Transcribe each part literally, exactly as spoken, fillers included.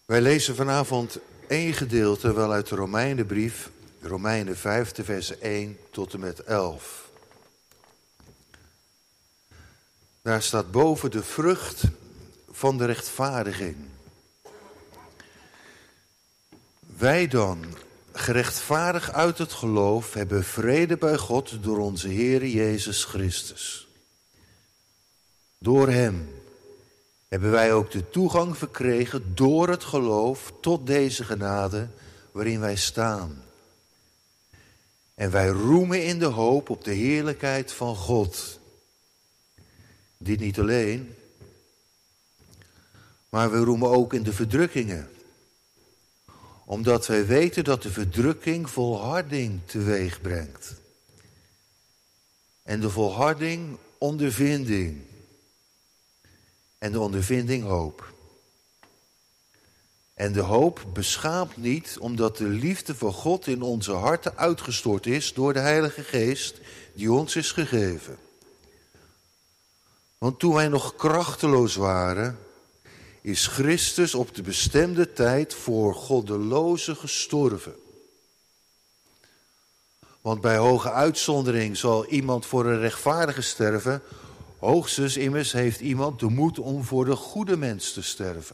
Wij lezen vanavond één gedeelte wel uit de Romeinenbrief, Romeinen vijf, de versen één tot en met elf. Daar staat boven de vrucht van de rechtvaardiging. Wij dan, gerechtvaardigd uit het geloof, hebben vrede bij God door onze Heer Jezus Christus. Door Hem hebben wij ook de toegang verkregen door het geloof tot deze genade waarin wij staan. En wij roemen in de hoop op de heerlijkheid van God. Dit niet alleen, maar we roemen ook in de verdrukkingen. Omdat wij weten dat de verdrukking volharding teweeg brengt. En de volharding ondervinding. En de ondervinding hoop. En de hoop beschaamt niet, omdat de liefde van God in onze harten uitgestort is door de Heilige Geest die ons is gegeven. Want toen wij nog krachteloos waren, is Christus op de bestemde tijd voor goddelozen gestorven. Want bij hoge uitzondering zal iemand voor een rechtvaardige sterven. Hoogstens immers heeft iemand de moed om voor de goede mens te sterven.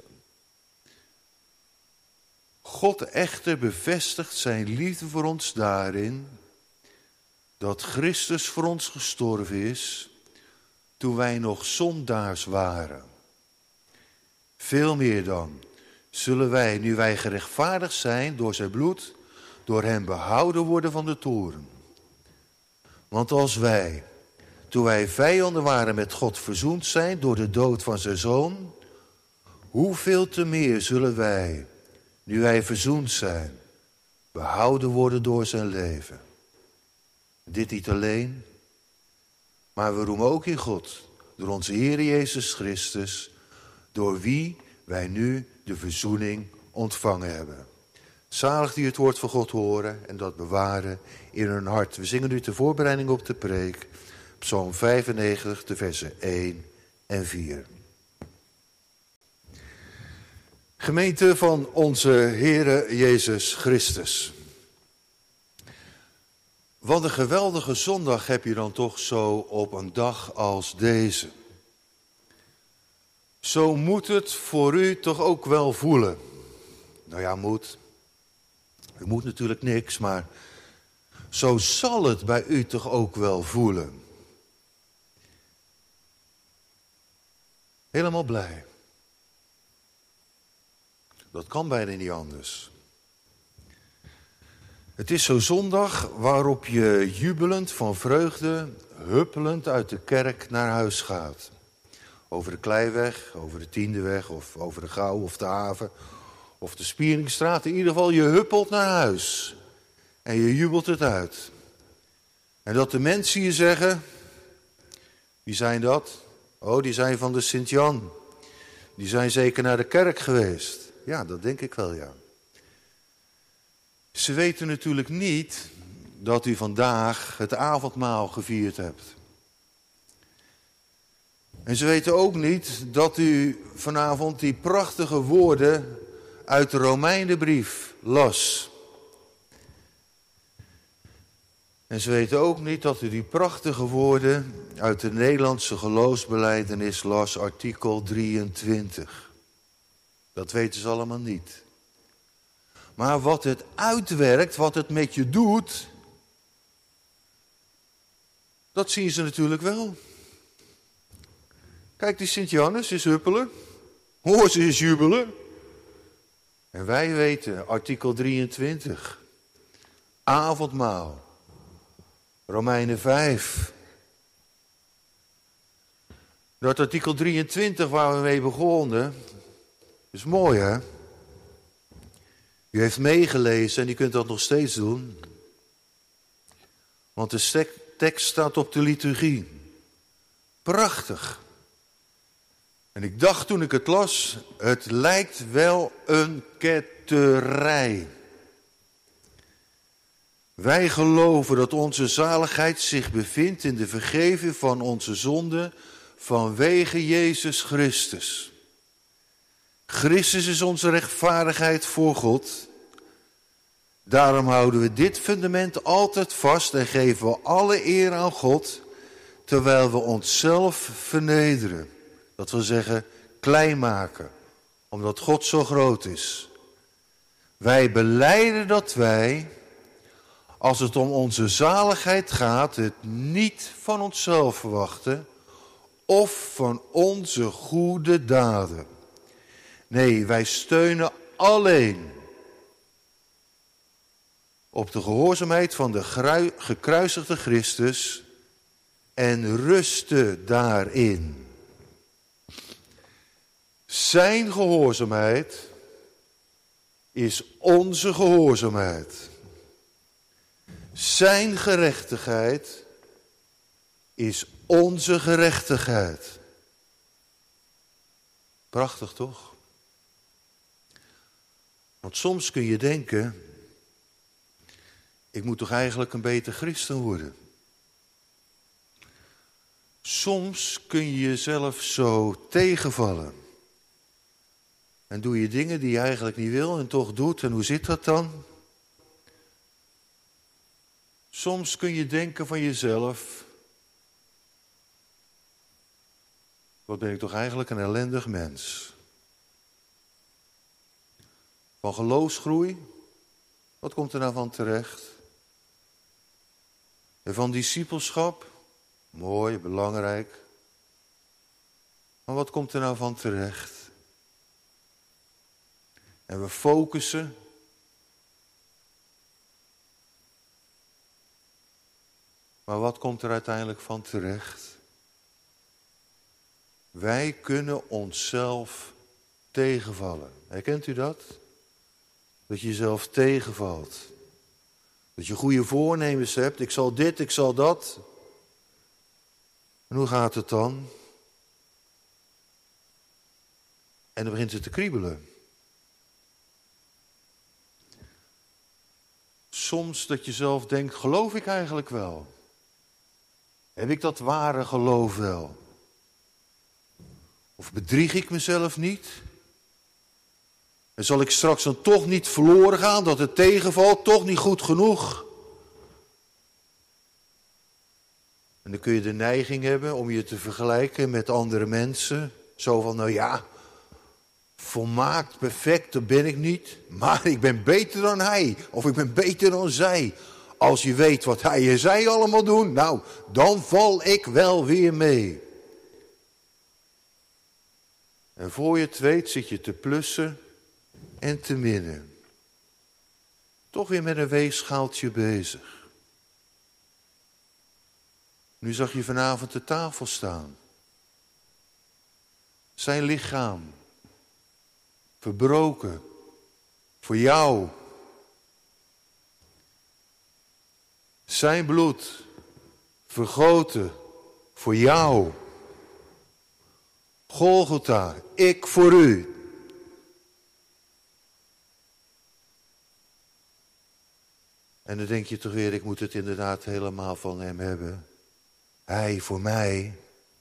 God echter bevestigt zijn liefde voor ons daarin dat Christus voor ons gestorven is toen wij nog zondaars waren. Veel meer dan zullen wij, nu wij gerechtvaardigd zijn door zijn bloed, door hem behouden worden van de toorn. Want als wij, toen wij vijanden waren met God, verzoend zijn door de dood van zijn zoon, hoeveel te meer zullen wij, nu wij verzoend zijn, behouden worden door zijn leven. Dit niet alleen, maar we roemen ook in God, door onze Heer Jezus Christus, door wie wij nu de verzoening ontvangen hebben. Zalig die het woord van God horen en dat bewaren in hun hart. We zingen nu ter voorbereiding op de preek, Psalm vijfennegentig, de versen één en vier. Gemeente van onze Heere Jezus Christus. Wat een geweldige zondag heb je dan toch zo op een dag als deze. Zo moet het voor u toch ook wel voelen. Nou ja, moet. U moet natuurlijk niks, maar zo zal het bij u toch ook wel voelen. Helemaal blij. Dat kan bijna niet anders. Het is zo'n zondag waarop je jubelend van vreugde, huppelend uit de kerk naar huis gaat. Over de Kleiweg, over de Tiendeweg of over de Gouw of de Haven of de Spieringstraat. In ieder geval, je huppelt naar huis en je jubelt het uit. En dat de mensen je zeggen, wie zijn dat? Oh, die zijn van de Sint-Jan. Die zijn zeker naar de kerk geweest. Ja, dat denk ik wel, ja. Ze weten natuurlijk niet dat u vandaag het avondmaal gevierd hebt. En ze weten ook niet dat u vanavond die prachtige woorden uit de Romeinenbrief las. En ze weten ook niet dat u die prachtige woorden uit de Nederlandse geloofsbelijdenis las, artikel drieëntwintig. Dat weten ze allemaal niet. Maar wat het uitwerkt, wat het met je doet, dat zien ze natuurlijk wel. Kijk, die Sint-Jannes is huppelen. Hoor ze is jubelen. En wij weten, artikel drieëntwintig. Avondmaal. Romeinen vijf. Dat artikel drieëntwintig waar we mee begonnen, is mooi, hè? U heeft meegelezen en u kunt dat nog steeds doen. Want de tekst staat op de liturgie. Prachtig. En ik dacht toen ik het las, het lijkt wel een ketterij. Wij geloven dat onze zaligheid zich bevindt in de vergeving van onze zonden vanwege Jezus Christus. Christus is onze rechtvaardigheid voor God. Daarom houden we dit fundament altijd vast en geven we alle eer aan God, terwijl we onszelf vernederen. Dat wil zeggen, klein maken, omdat God zo groot is. Wij belijden dat wij, als het om onze zaligheid gaat, het niet van onszelf verwachten of van onze goede daden. Nee, wij steunen alleen op de gehoorzaamheid van de gekruisigde Christus en rusten daarin. Zijn gehoorzaamheid is onze gehoorzaamheid. Zijn gerechtigheid is onze gerechtigheid. Prachtig toch? Want soms kun je denken, ik moet toch eigenlijk een beter christen worden. Soms kun je jezelf zo tegenvallen. En doe je dingen die je eigenlijk niet wil en toch doet. En hoe zit dat dan? Soms kun je denken van jezelf, wat ben ik toch eigenlijk een ellendig mens. Van geloofsgroei, wat komt er nou van terecht? En van discipelschap, mooi, belangrijk. Maar wat komt er nou van terecht? En we focussen. Maar wat komt er uiteindelijk van terecht? Wij kunnen onszelf tegenvallen. Herkent u dat? Dat je jezelf tegenvalt. Dat je goede voornemens hebt. Ik zal dit, ik zal dat. En hoe gaat het dan? En dan begint het te kriebelen. Soms dat je zelf denkt, geloof ik eigenlijk wel? Heb ik dat ware geloof wel? Of bedrieg ik mezelf niet? En zal ik straks dan toch niet verloren gaan, dat het tegenvalt, toch niet goed genoeg? En dan kun je de neiging hebben om je te vergelijken met andere mensen. Zo van, nou ja, volmaakt, perfect, dat ben ik niet. Maar ik ben beter dan hij, of ik ben beter dan zij. Als je weet wat hij en zij allemaal doen, nou, dan val ik wel weer mee. En voor je het weet zit je te plussen en te minnen. Toch weer met een weegschaaltje bezig. Nu zag je vanavond de tafel staan. Zijn lichaam. Verbroken. Voor jou. Zijn bloed. Vergoten. Voor jou. Golgotha. Ik voor u. En dan denk je toch weer, ik moet het inderdaad helemaal van hem hebben. Hij voor mij.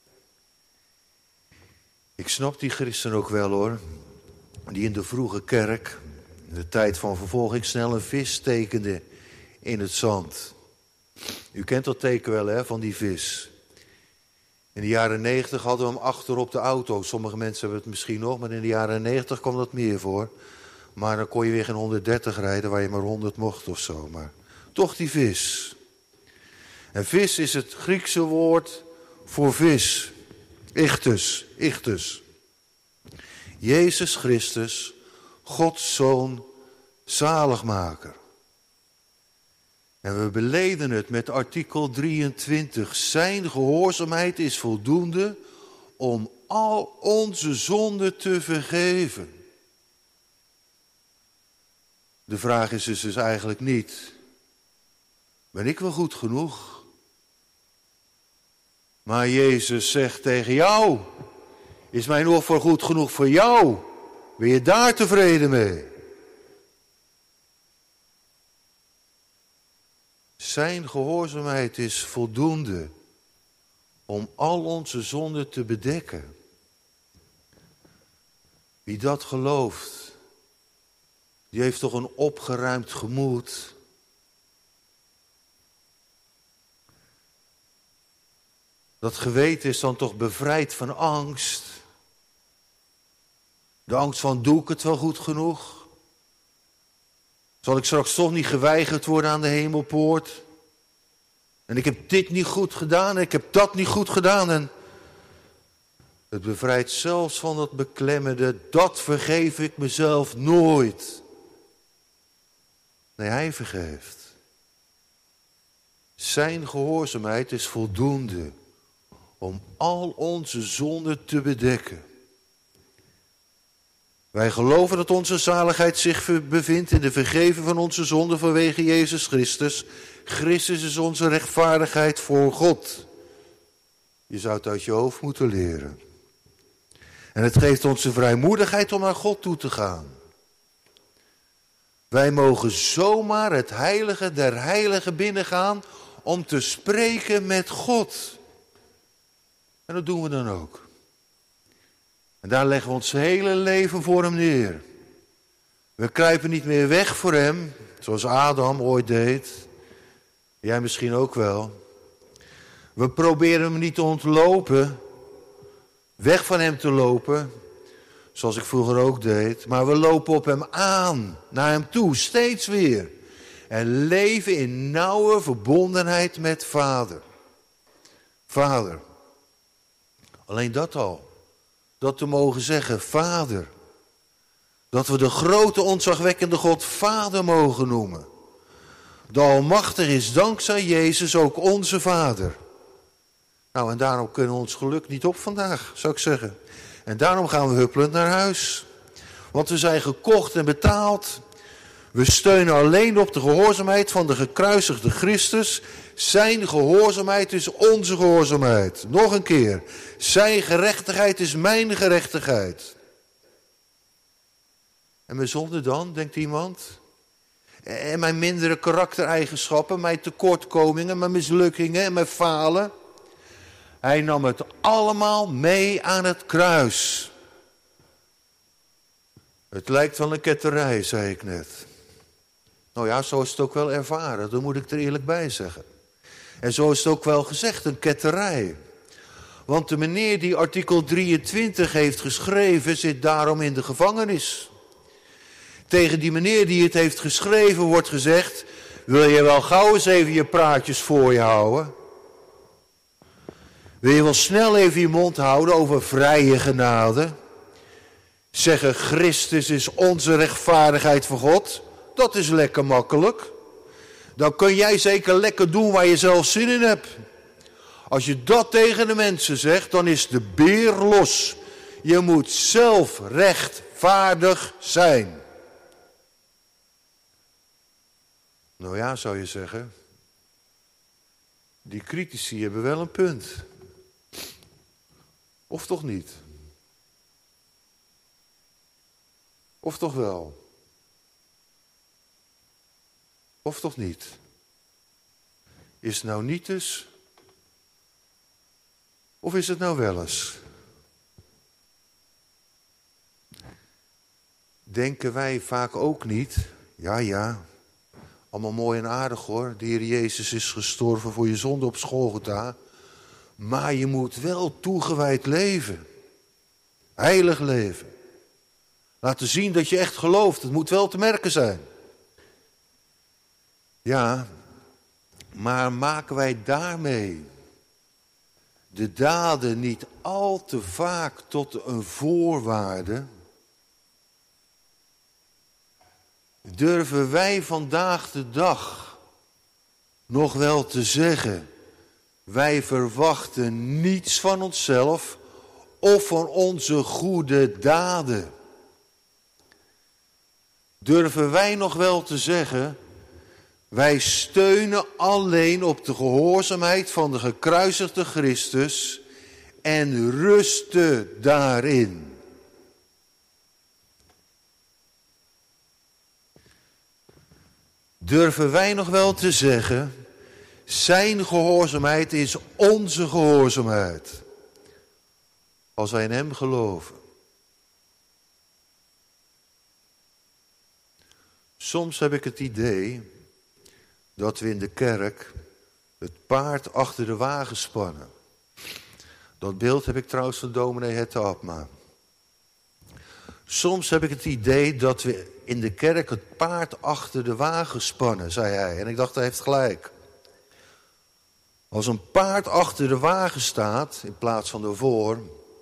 Ik snap die christen ook wel hoor. Die in de vroege kerk, in de tijd van vervolging, snel een vis tekende in het zand. U kent dat teken wel hè, van die vis. In de jaren negentig hadden we hem achter op de auto. Sommige mensen hebben het misschien nog, maar in de jaren negentig kwam dat meer voor. Maar dan kon je weer geen honderddertig rijden waar je maar honderd mocht of zo. Maar toch die vis. En vis is het Griekse woord voor vis. Ichthus, ichthus. Jezus Christus, Gods Zoon, zaligmaker. En we beleden het met artikel drieëntwintig. Zijn gehoorzaamheid is voldoende om al onze zonden te vergeven. De vraag is dus, dus eigenlijk niet, ben ik wel goed genoeg? Maar Jezus zegt tegen jou, is mijn offer goed genoeg voor jou? Ben je daar tevreden mee? Zijn gehoorzaamheid is voldoende om al onze zonden te bedekken. Wie dat gelooft, die heeft toch een opgeruimd gemoed. Dat geweten is dan toch bevrijd van angst. De angst van, doe ik het wel goed genoeg? Zal ik straks toch niet geweigerd worden aan de hemelpoort? En ik heb dit niet goed gedaan en ik heb dat niet goed gedaan. En het bevrijdt zelfs van dat beklemmende, dat vergeef ik mezelf nooit. Nee, hij vergeeft. Zijn gehoorzaamheid is voldoende om al onze zonden te bedekken. Wij geloven dat onze zaligheid zich bevindt in de vergeven van onze zonden vanwege Jezus Christus. Christus is onze rechtvaardigheid voor God. Je zou het uit je hoofd moeten leren. En het geeft ons de vrijmoedigheid om naar God toe te gaan. Wij mogen zomaar het heilige der heiligen binnengaan om te spreken met God. En dat doen we dan ook. En daar leggen we ons hele leven voor hem neer. We kruipen niet meer weg voor hem, zoals Adam ooit deed. Jij misschien ook wel. We proberen hem niet te ontlopen, weg van hem te lopen, zoals ik vroeger ook deed. Maar we lopen op hem aan, naar hem toe, steeds weer. En leven in nauwe verbondenheid met Vader. Vader. Alleen dat al. Dat te mogen zeggen, Vader. Dat we de grote ontzagwekkende God Vader mogen noemen. De Almachtige is dankzij Jezus ook onze Vader. Nou, en daarom kunnen we ons geluk niet op vandaag, zou ik zeggen. En daarom gaan we huppelend naar huis. Want we zijn gekocht en betaald. We steunen alleen op de gehoorzaamheid van de gekruisigde Christus. Zijn gehoorzaamheid is onze gehoorzaamheid. Nog een keer. Zijn gerechtigheid is mijn gerechtigheid. En mijn zonde dan, denkt iemand? En mijn mindere karaktereigenschappen, mijn tekortkomingen, mijn mislukkingen en mijn falen. Hij nam het allemaal mee aan het kruis. Het lijkt wel een ketterij, zei ik net. Nou ja, zo is het ook wel ervaren, dat moet ik er eerlijk bij zeggen. En zo is het ook wel gezegd, een ketterij. Want de meneer die artikel drieëntwintig heeft geschreven, zit daarom in de gevangenis. Tegen die meneer die het heeft geschreven wordt gezegd, wil je wel gauw eens even je praatjes voor je houden? Wil je wel snel even je mond houden over vrije genade? Zeggen Christus is onze rechtvaardigheid voor God? Dat is lekker makkelijk. Dan kun jij zeker lekker doen waar je zelf zin in hebt. Als je dat tegen de mensen zegt, dan is de beer los. Je moet zelf rechtvaardig zijn. Nou ja, zou je zeggen. Die critici hebben wel een punt. Of toch niet? Of toch wel? Of toch niet? Is het nou niet eens? Of is het nou wel eens? Denken wij vaak ook niet, ja ja, allemaal mooi en aardig hoor, de Heer Jezus is gestorven voor je zonde op Golgotha, maar je moet wel toegewijd leven. Heilig leven. Laten zien dat je echt gelooft, het moet wel te merken zijn. Ja, maar maken wij daarmee de daden niet al te vaak tot een voorwaarde? Durven wij vandaag de dag nog wel te zeggen, wij verwachten niets van onszelf of van onze goede daden? Durven wij nog wel te zeggen, wij steunen alleen op de gehoorzaamheid van de gekruisigde Christus en rusten daarin? Durven wij nog wel te zeggen, zijn gehoorzaamheid is onze gehoorzaamheid, als wij in hem geloven? Soms heb ik het idee dat we in de kerk het paard achter de wagen spannen. Dat beeld heb ik trouwens van dominee Hette Abma. Soms heb ik het idee dat we in de kerk het paard achter de wagen spannen, zei hij. En ik dacht, hij heeft gelijk. Als een paard achter de wagen staat, in plaats van ervoor,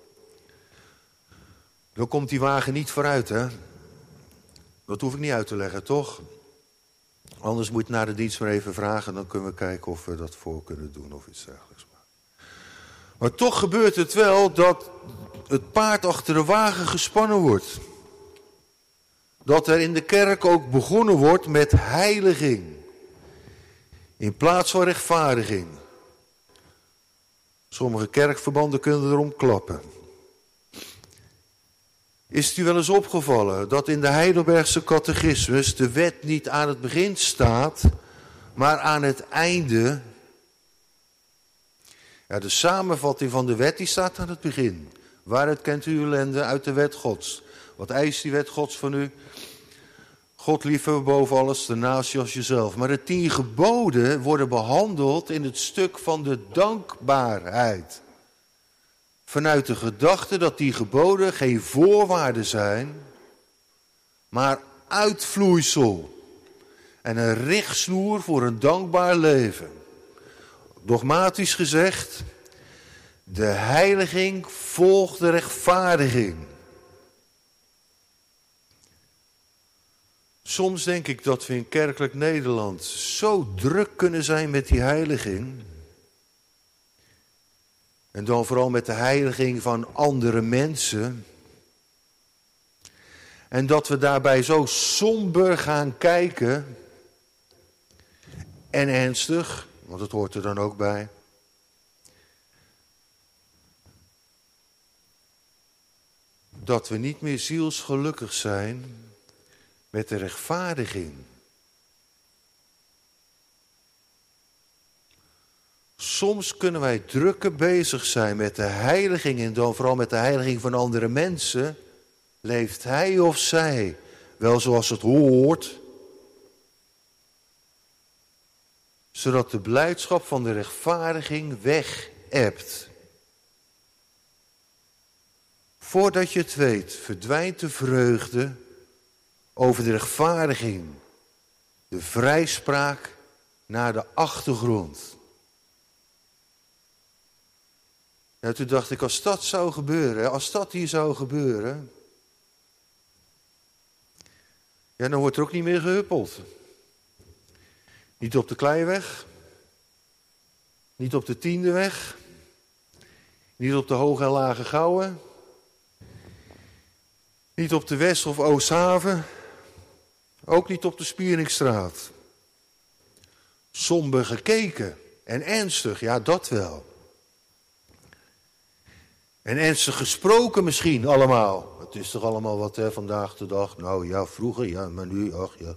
dan komt die wagen niet vooruit, hè? Dat hoef ik niet uit te leggen, toch? Anders moet je naar de dienst maar even vragen, dan kunnen we kijken of we dat voor kunnen doen of iets dergelijks. Maar toch gebeurt het wel dat het paard achter de wagen gespannen wordt. Dat er in de kerk ook begonnen wordt met heiliging. In plaats van rechtvaardiging. Sommige kerkverbanden kunnen erom klappen. Is het u wel eens opgevallen dat in de Heidelbergse catechismus de wet niet aan het begin staat, maar aan het einde? Ja, de samenvatting van de wet die staat aan het begin. Waaruit kent u uw ellende? Uit de wet Gods. Wat eist die wet Gods van u? God liefhebben boven alles, de naaste als jezelf. Maar de tien geboden worden behandeld in het stuk van de dankbaarheid. Vanuit de gedachte dat die geboden geen voorwaarden zijn, maar uitvloeisel. En een richtsnoer voor een dankbaar leven. Dogmatisch gezegd, de heiliging volgt de rechtvaardiging. Soms denk ik dat we in kerkelijk Nederland zo druk kunnen zijn met die heiliging. En dan vooral met de heiliging van andere mensen. En dat we daarbij zo somber gaan kijken. En ernstig, want het hoort er dan ook bij. Dat we niet meer zielsgelukkig zijn met de rechtvaardiging. Soms kunnen wij drukke bezig zijn met de heiliging en dan vooral met de heiliging van andere mensen. Leeft hij of zij wel zoals het hoort? Zodat de blijdschap van de rechtvaardiging weg-ebt. Voordat je het weet, verdwijnt de vreugde over de rechtvaardiging. De vrijspraak naar de achtergrond. Ja, toen dacht ik, als dat zou gebeuren, als dat hier zou gebeuren, ja, dan wordt er ook niet meer gehuppeld. Niet op de Kleiweg, niet op de Tiendeweg, niet op de Hoge en Lage Gouwen, niet op de West- of Oosthaven, ook niet op de Spieringstraat. Somber gekeken en ernstig, ja, dat wel. En ernstig gesproken misschien allemaal. Het is toch allemaal wat hè, vandaag de dag. Nou ja, vroeger, ja, maar nu, ach ja.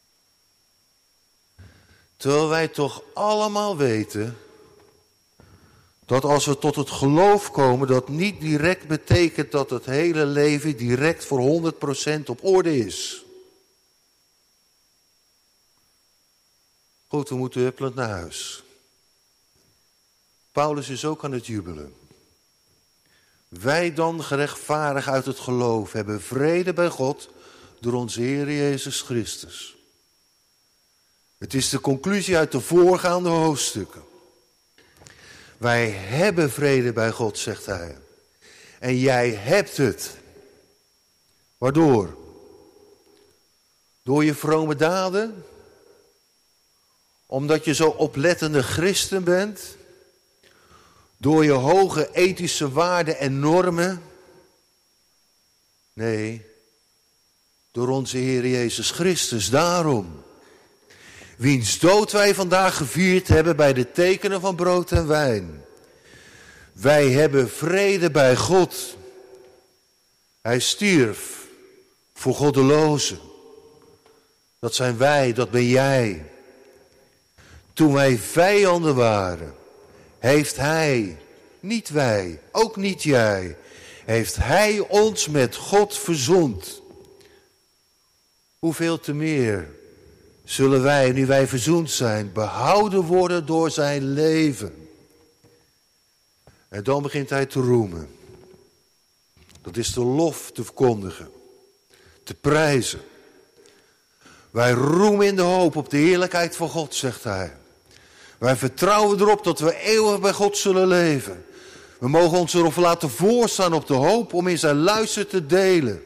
Terwijl wij toch allemaal weten dat als we tot het geloof komen, dat niet direct betekent dat het hele leven direct voor honderd procent op orde is. Goed, we moeten huppelend naar huis. Paulus is ook aan het jubelen. Wij dan gerechtvaardigd uit het geloof hebben vrede bij God door onze Heer Jezus Christus. Het is de conclusie uit de voorgaande hoofdstukken. Wij hebben vrede bij God, zegt hij. En jij hebt het. Waardoor? Door je vrome daden? Omdat je zo oplettende christen bent? Door je hoge ethische waarden en normen? Nee, door onze Heer Jezus Christus. Daarom. Wiens dood wij vandaag gevierd hebben bij de tekenen van brood en wijn. Wij hebben vrede bij God. Hij stierf voor goddelozen. Dat zijn wij, dat ben jij. Toen wij vijanden waren, heeft hij, niet wij, ook niet jij, heeft hij ons met God verzoend. Hoeveel te meer zullen wij, nu wij verzoend zijn, behouden worden door zijn leven. En dan begint hij te roemen. Dat is de lof te verkondigen, te prijzen. Wij roemen in de hoop op de heerlijkheid van God, zegt hij. Wij vertrouwen erop dat we eeuwig bij God zullen leven. We mogen ons erop laten voorstaan op de hoop om in zijn luister te delen.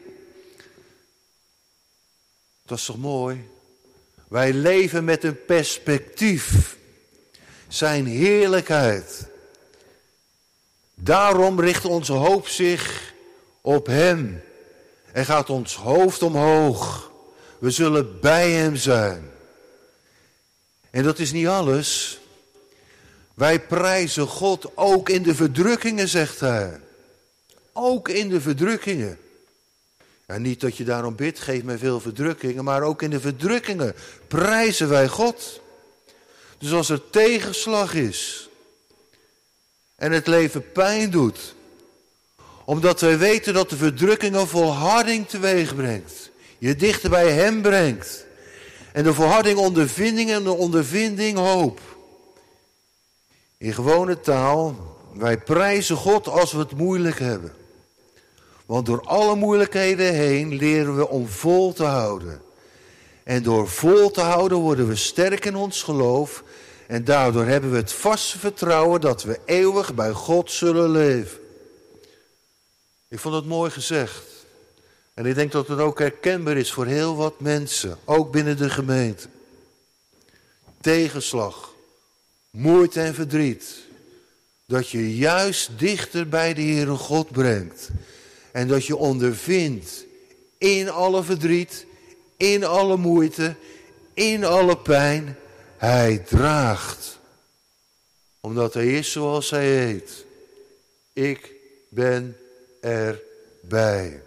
Dat is toch mooi? Wij leven met een perspectief. Zijn heerlijkheid. Daarom richt onze hoop zich op hem. En gaat ons hoofd omhoog. We zullen bij hem zijn. En dat is niet alles. Wij prijzen God ook in de verdrukkingen, zegt hij. Ook in de verdrukkingen. Ja, niet dat je daarom bidt, geef mij veel verdrukkingen, maar ook in de verdrukkingen prijzen wij God. Dus als er tegenslag is en het leven pijn doet, omdat wij weten dat de verdrukking een volharding teweeg brengt, je dichter bij hem brengt, en de volharding ondervinding en de ondervinding hoop. In gewone taal, wij prijzen God als we het moeilijk hebben. Want door alle moeilijkheden heen leren we om vol te houden. En door vol te houden worden we sterk in ons geloof. En daardoor hebben we het vaste vertrouwen dat we eeuwig bij God zullen leven. Ik vond het mooi gezegd. En ik denk dat het ook herkenbaar is voor heel wat mensen. Ook binnen de gemeente. Tegenslag. Moeite en verdriet. Dat je juist dichter bij de Heere God brengt. En dat je ondervindt in alle verdriet, in alle moeite, in alle pijn. Hij draagt. Omdat hij is zoals hij heet. Ik ben erbij.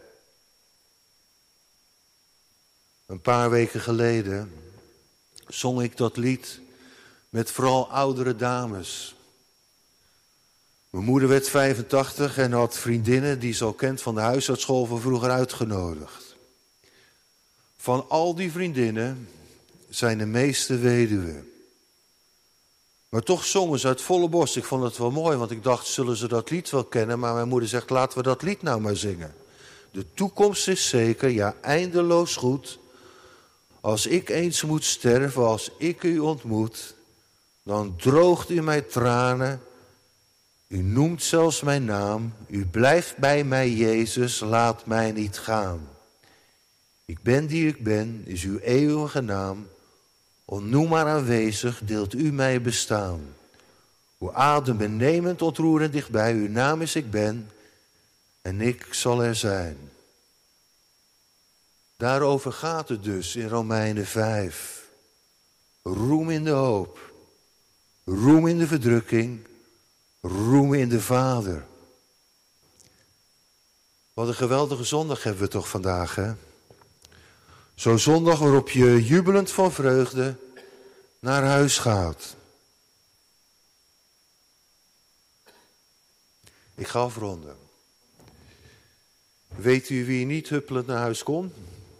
Een paar weken geleden zong ik dat lied met vooral oudere dames. Mijn moeder werd vijfentachtig en had vriendinnen die ze al kent van de huisartsschool van vroeger uitgenodigd. Van al die vriendinnen zijn de meeste weduwe. Maar toch zongen ze uit volle borst. Ik vond het wel mooi, want ik dacht, zullen ze dat lied wel kennen? Maar mijn moeder zegt, laten we dat lied nou maar zingen. De toekomst is zeker, ja eindeloos goed. Als ik eens moet sterven, als ik u ontmoet, dan droogt u mijn tranen. U noemt zelfs mijn naam. U blijft bij mij, Jezus, laat mij niet gaan. Ik ben die ik ben, is uw eeuwige naam. Onnoem maar aanwezig, deelt u mij bestaan. Uw adem benemend, ontroerend dichtbij, uw naam is ik ben. En ik zal er zijn. Daarover gaat het dus in Romeinen vijf. Roem in de hoop. Roem in de verdrukking. Roem in de Vader. Wat een geweldige zondag hebben we toch vandaag, hè? Zo'n zondag waarop je jubelend van vreugde naar huis gaat. Ik ga afronden. Weet u wie niet huppelend naar huis kon?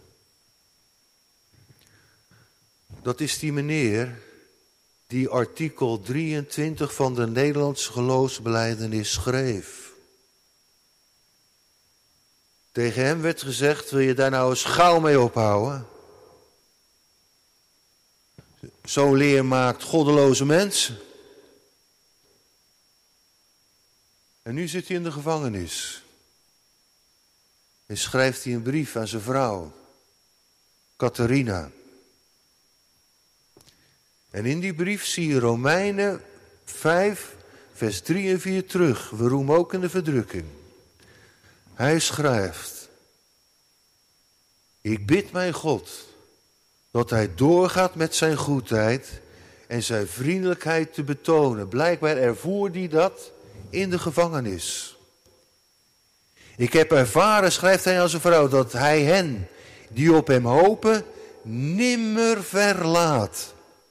Dat is die meneer die artikel drieëntwintig van de Nederlandse geloofsbelijdenis schreef. Tegen hem werd gezegd, wil je daar nou eens gauw mee ophouden? Zo'n leer maakt goddeloze mensen. En nu zit hij in de gevangenis. En schrijft hij een brief aan zijn vrouw, Catharina. En in die brief zie je Romeinen vijf, vers drie en vier terug. We roemen ook in de verdrukking. Hij schrijft: ik bid mijn God dat hij doorgaat met zijn goedheid en zijn vriendelijkheid te betonen. Blijkbaar ervoer hij dat in de gevangenis. Ik heb ervaren, schrijft hij aan zijn vrouw, dat hij hen die op hem hopen nimmer verlaat.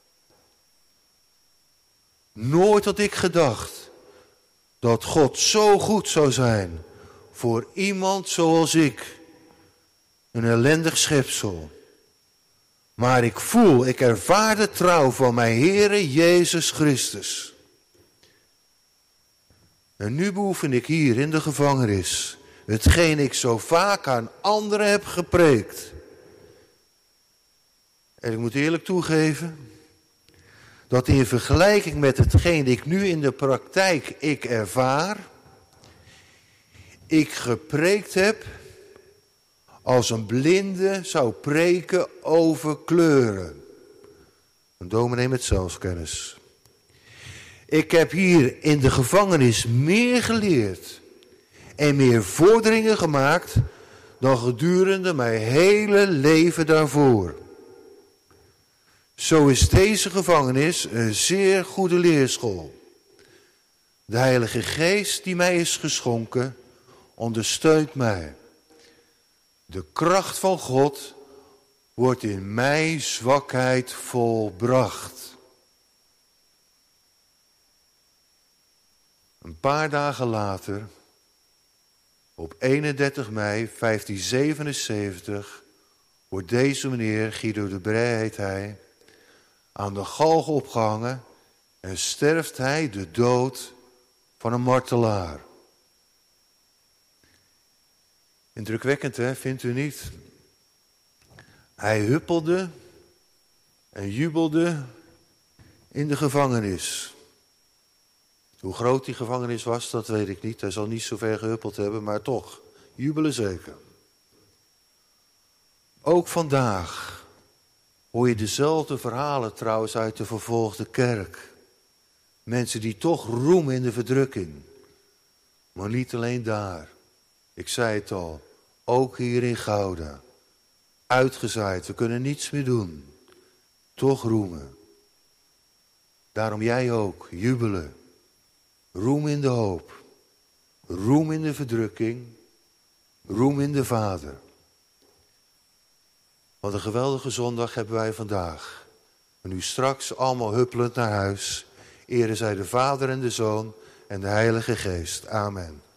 Nooit had ik gedacht dat God zo goed zou zijn voor iemand zoals ik, een ellendig schepsel. Maar ik voel, ik ervaar de trouw van mijn Heere Jezus Christus. En nu beoefen ik hier in de gevangenis hetgeen ik zo vaak aan anderen heb gepreekt. En ik moet eerlijk toegeven dat in vergelijking met hetgeen ik nu in de praktijk ik ervaar, ik gepreekt heb als een blinde zou preken over kleuren. Een dominee met zelfkennis. Ik heb hier in de gevangenis meer geleerd en meer vorderingen gemaakt dan gedurende mijn hele leven daarvoor. Zo is deze gevangenis een zeer goede leerschool. De Heilige Geest die mij is geschonken, ondersteunt mij. De kracht van God wordt in mijn zwakheid volbracht. Een paar dagen later, op eenendertig mei vijftienzevenenzeventig, wordt deze meneer, Guido de Brij heet hij, aan de galg opgehangen en sterft hij de dood van een martelaar. Indrukwekkend, hè? Vindt u niet? Hij huppelde en jubelde in de gevangenis. Hoe groot die gevangenis was, dat weet ik niet. Hij zal niet zo ver gehuppeld hebben, maar toch, jubelen zeker. Ook vandaag hoor je dezelfde verhalen trouwens uit de vervolgde kerk. Mensen die toch roemen in de verdrukking. Maar niet alleen daar. Ik zei het al, ook hier in Gouda. Uitgezaaid, we kunnen niets meer doen. Toch roemen. Daarom jij ook, jubelen. Roem in de hoop. Roem in de verdrukking. Roem in de Vader. Wat een geweldige zondag hebben wij vandaag. En nu straks allemaal huppelend naar huis. Ere zij de Vader en de Zoon en de Heilige Geest. Amen.